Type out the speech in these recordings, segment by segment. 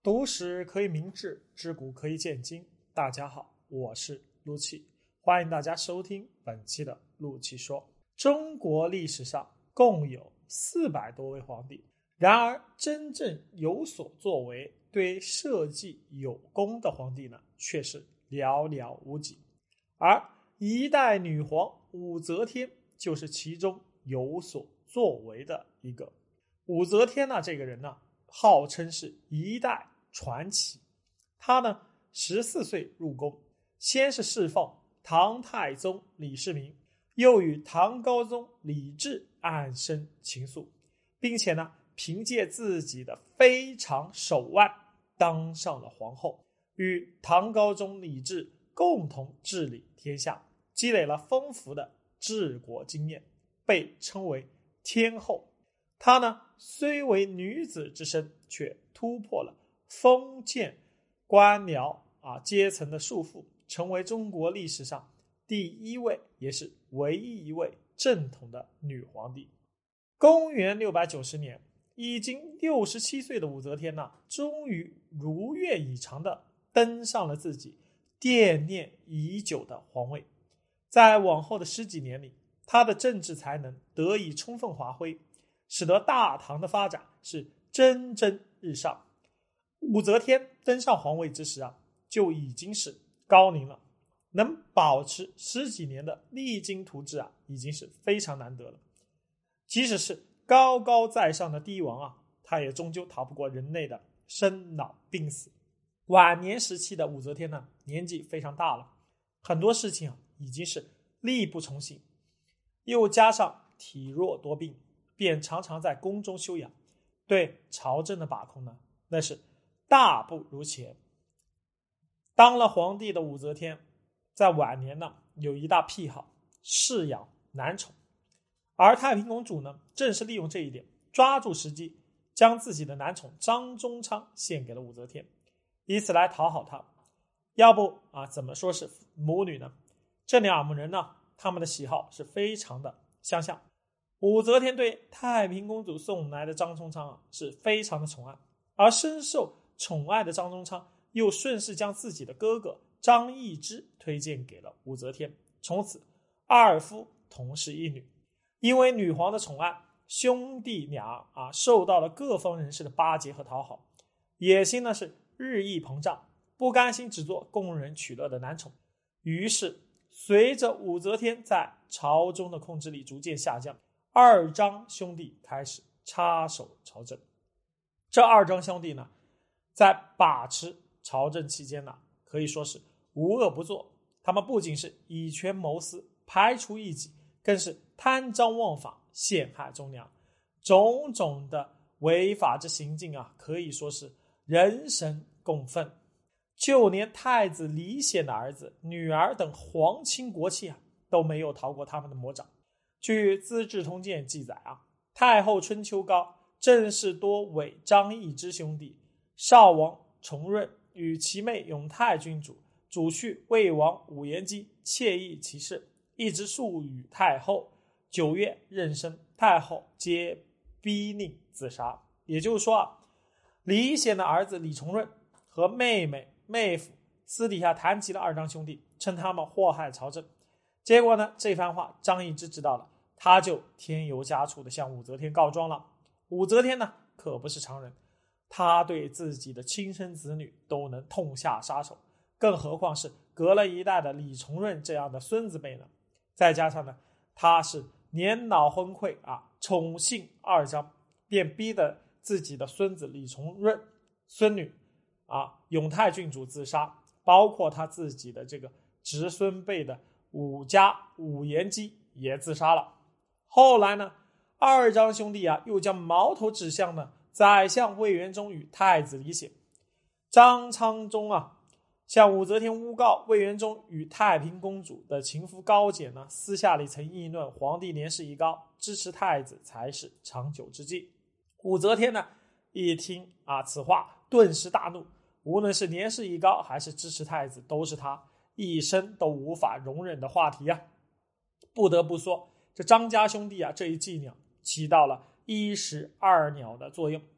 读史可以明志，知古可以鉴今。大家好，我是陆琪，欢迎大家收听本期的陆琪说。中国历史上共有400多位皇帝，然而真正有所作为、对社稷有功的皇帝呢，却是寥寥无几。而一代女皇武则天就是其中有所作为的一个。武则天呢，这个人呢，号称是一代传奇。他呢14岁入宫，先是侍奉唐太宗李世民，又与唐高宗李治暗生情愫，并且呢凭借自己的非常手腕当上了皇后，与唐高宗李治共同治理天下，积累了丰富的治国经验，被称为天后。她呢虽为女子之身，却突破了封建官僚阶层的束缚，成为中国历史上第一位也是唯一一位正统的女皇帝。公元690年，已经67岁的武则天呢，终于如愿以偿地登上了自己惦念已久的皇位。在往后的10几年里，她的政治才能得以充分发挥，使得大唐的发展是蒸蒸日上。武则天登上皇位之时就已经是高龄了，能保持10几年的励精图治已经是非常难得了。即使是高高在上的帝王他也终究逃不过人类的生老病死。晚年时期的武则天呢，年纪非常大了，很多事情已经是力不从心，又加上体弱多病，便常常在宫中休养，对朝政的把控呢，那是大不如前。当了皇帝的武则天在晚年呢，有一大癖好，侍养男宠。而太平公主呢，正是利用这一点，抓住时机，将自己的男宠张宗昌献给了武则天，以此来讨好她。要不怎么说是母女呢？这两人呢，他们的喜好是非常的相像。武则天对太平公主送来的张宗昌是非常的宠爱，而深受宠爱的张宗昌又顺势将自己的哥哥张易之推荐给了武则天，从此二夫同是一女。因为女皇的宠爱，兄弟俩受到了各方人士的巴结和讨好，野心呢是日益膨胀，不甘心只做供人取乐的男宠。于是随着武则天在朝中的控制力逐渐下降，二张兄弟开始插手朝政。这二张兄弟呢，在把持朝政期间呢，可以说是无恶不作。他们不仅是以权谋私，排除异己，更是贪赃枉法，陷害忠良，种种的违法之行径可以说是人神共愤。就连太子李显的儿子、女儿等皇亲国戚都没有逃过他们的魔掌。据《资治通鉴》记载太后春秋高正是多为张易之兄弟，少王重润与其妹永泰君主、主婿魏王武延基窃议其事，一直数与太后。9月壬申，太后皆逼令自杀。也就是说李显的儿子李重润和妹夫私底下谈及了二张兄弟，称他们祸害朝政。结果呢，这番话张易之知道了，他就添油加醋的向武则天告状了。武则天呢，可不是常人，他对自己的亲生子女都能痛下杀手，更何况是隔了一代的李重润这样的孙子辈呢？再加上呢，他是年老昏聩宠幸二张，便逼得自己的孙子李重润、孙女永泰郡主自杀，包括他自己的这个侄孙辈的武家武延基也自杀了。后来呢，二张兄弟又将矛头指向了宰相魏元忠与太子李显。张昌宗向武则天诬告魏元忠与太平公主的情夫高简呢，私下里曾议论皇帝年事已高，支持太子才是长久之计。武则天呢一听此话，顿时大怒，无论是年事已高还是支持太子，都是他一生都无法容忍的话题不得不说，这张家兄弟这一伎俩起到了一石二鸟的作用。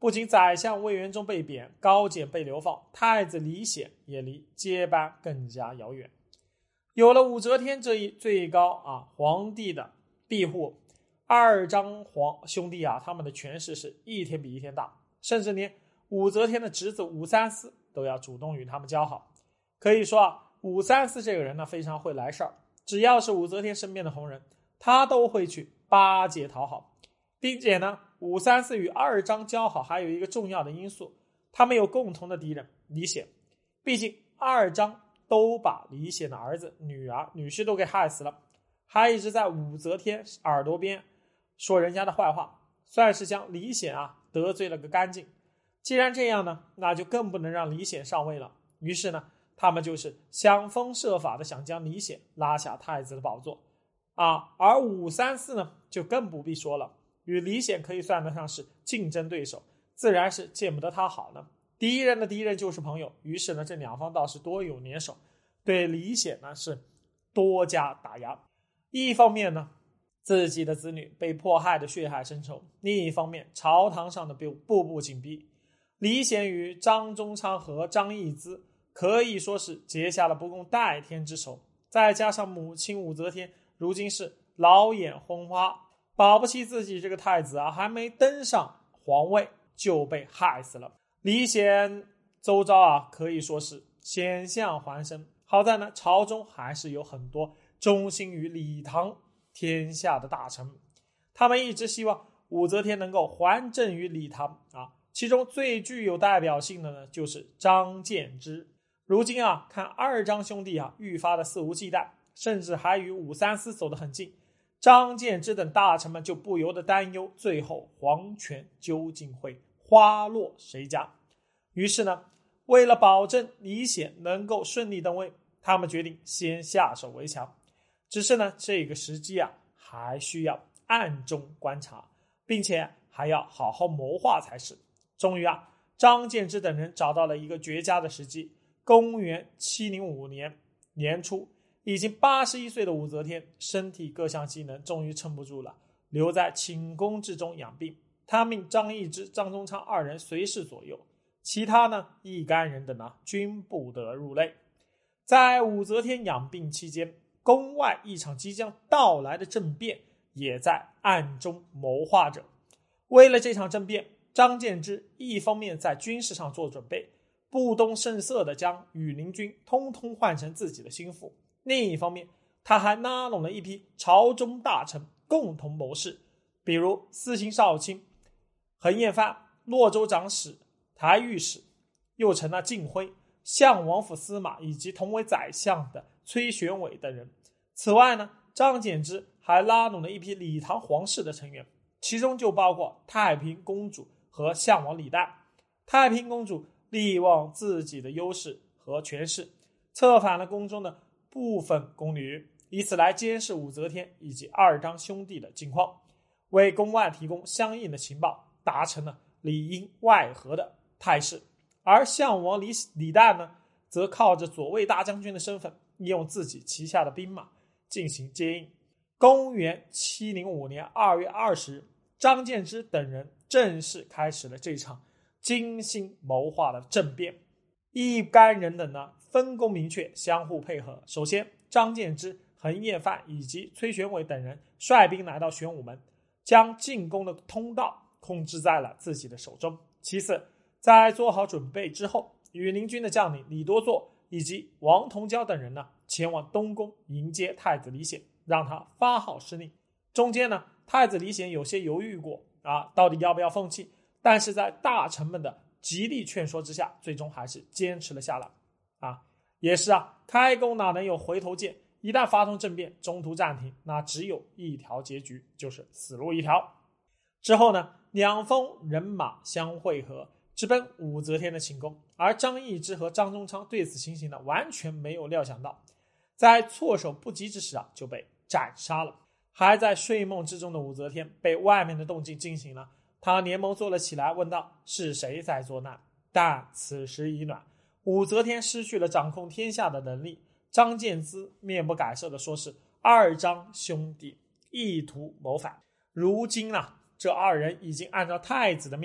不仅宰相魏元忠被贬，高简被流放，太子李显也离接班更加遥远。有了武则天这一最高皇帝的庇护，二张兄弟他们的权势是一天比一天大，甚至连武则天的侄子武三思都要主动与他们交好。可以说武三思这个人呢非常会来事儿，只要是武则天身边的红人，他都会去巴结讨好。并且呢，武三思与二张交好还有一个重要的因素，他们有共同的敌人李显。毕竟二张都把李显的儿子、女儿、女婿都给害死了，还一直在武则天耳朵边说人家的坏话，算是将李显得罪了个干净。既然这样呢，那就更不能让李显上位了。于是呢，他们就是想方设法的想将李显拉下太子的宝座而武三思呢，就更不必说了，与李显可以算得上是竞争对手，自然是见不得他好呢。敌人的敌人就是朋友，于是呢，这两方倒是多有联手，对李显呢是多加打压。一方面呢，自己的子女被迫害的血海深仇；另一方面，朝堂上的步步紧逼。李显与张宗昌和张易之可以说是结下了不共戴天之仇，再加上母亲武则天如今是老眼昏花，保不齐自己这个太子还没登上皇位就被害死了。李显周遭可以说是险象环生，好在呢，朝中还是有很多忠心于李唐天下的大臣，他们一直希望武则天能够还政于李唐其中最具有代表性的呢，就是张建之。如今看二张兄弟愈发的肆无忌惮，甚至还与武三思走得很近，张建之等大臣们就不由得担忧，最后皇权究竟会花落谁家。于是呢，为了保证李显能够顺利登位，他们决定先下手为强。只是呢，这个时机还需要暗中观察，并且还要好好谋划才是。终于张建之等人找到了一个绝佳的时机。公元705年年初，已经81岁的武则天身体各项机能终于撑不住了，留在寝宫之中养病。他命张易之、张宗昌二人随侍左右，其他呢一干人等均不得入内。在武则天养病期间，宫外一场即将到来的政变也在暗中谋划着。为了这场政变，张建之一方面在军事上做准备，不动声色地将羽林军通通换成自己的心腹；另一方面，他还拉拢了一批朝中大臣共同谋事，比如司刑少卿恒彦范、洛州长史、台御史，又成了晋徽、相王府司马以及同为宰相的崔玄伟等人。此外呢，张建之还拉拢了一批李唐皇室的成员，其中就包括太平公主和相王李旦。太平公主利用自己的优势和权势，策反了宫中的部分宫女，以此来监视武则天以及二张兄弟的境况，为宫外提供相应的情报，达成了里应外合的态势。而相王李旦呢，则靠着左卫大将军的身份，利用自己旗下的兵马进行接应。公元705年2月20日，张建之等人正式开始了这场精心谋划的政变。一干人等呢，分工明确，相互配合。首先，张建之、恒彦范以及崔玄伟等人率兵来到玄武门，将进攻的通道控制在了自己的手中。其次，在做好准备之后，羽林军的将领李多作以及王同娇等人呢，前往东宫迎接太子李显，让他发号施令。中间呢，太子李显有些犹豫过到底要不要放弃，但是在大臣们的极力劝说之下，最终还是坚持了下来也是开弓哪能有回头箭，一旦发动政变，中途暂停，那只有一条结局，就是死路一条。之后呢，两方人马相会合，直奔武则天的寝宫。而张易之和张宗昌对此情形呢，完全没有料想到，在措手不及之时就被斩杀了。还在睡梦之中的武则天被外面的动静惊醒了，她连忙坐了起来，问道：是谁在作难？但此时已晚，武则天失去了掌控天下的能力。张建之面不改色地说是二张兄弟意图谋反。如今这二人已经按照太子的命令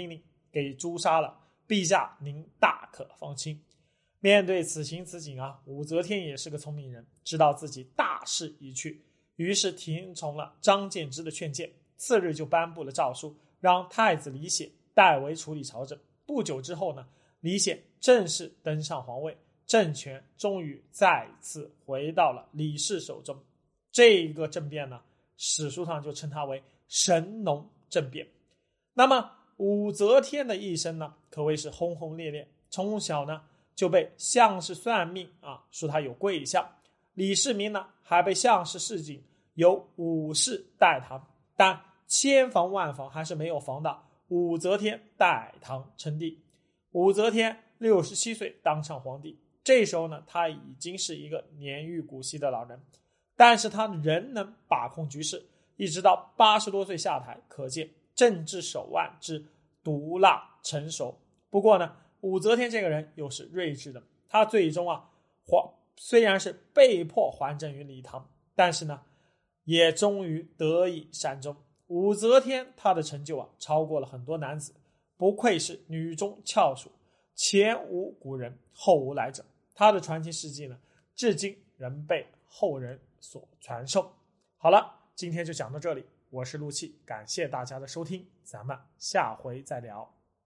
给诛杀了，陛下您大可放心。面对此情此景啊，武则天也是个聪明人，知道自己大势已去，于是听从了张建之的劝谏，次日就颁布了诏书，让太子李显代为处理朝政。不久之后呢，李显正式登上皇位，政权终于再次回到了李氏手中。这个政变呢，史书上就称它为神农政变。那么武则天的一生呢，可谓是轰轰烈烈。从小呢就被项氏算命说他有贵相，李世民呢还被项氏示警由武氏代唐，但千防万防还是没有防到武则天代唐称帝。武则天67岁当上皇帝，这时候呢，他已经是一个年逾古稀的老人，但是他仍能把控局势，一直到80多岁下台，可见政治手腕之毒辣成熟。不过呢，武则天这个人又是睿智的，他最终虽然是被迫还政于李唐，但是呢，也终于得以善终。武则天她的成就超过了很多男子，不愧是女中翘楚，前无古人，后无来者。她的传奇事迹呢，至今仍被后人所传授。好了，今天就讲到这里，我是陆气，感谢大家的收听，咱们下回再聊。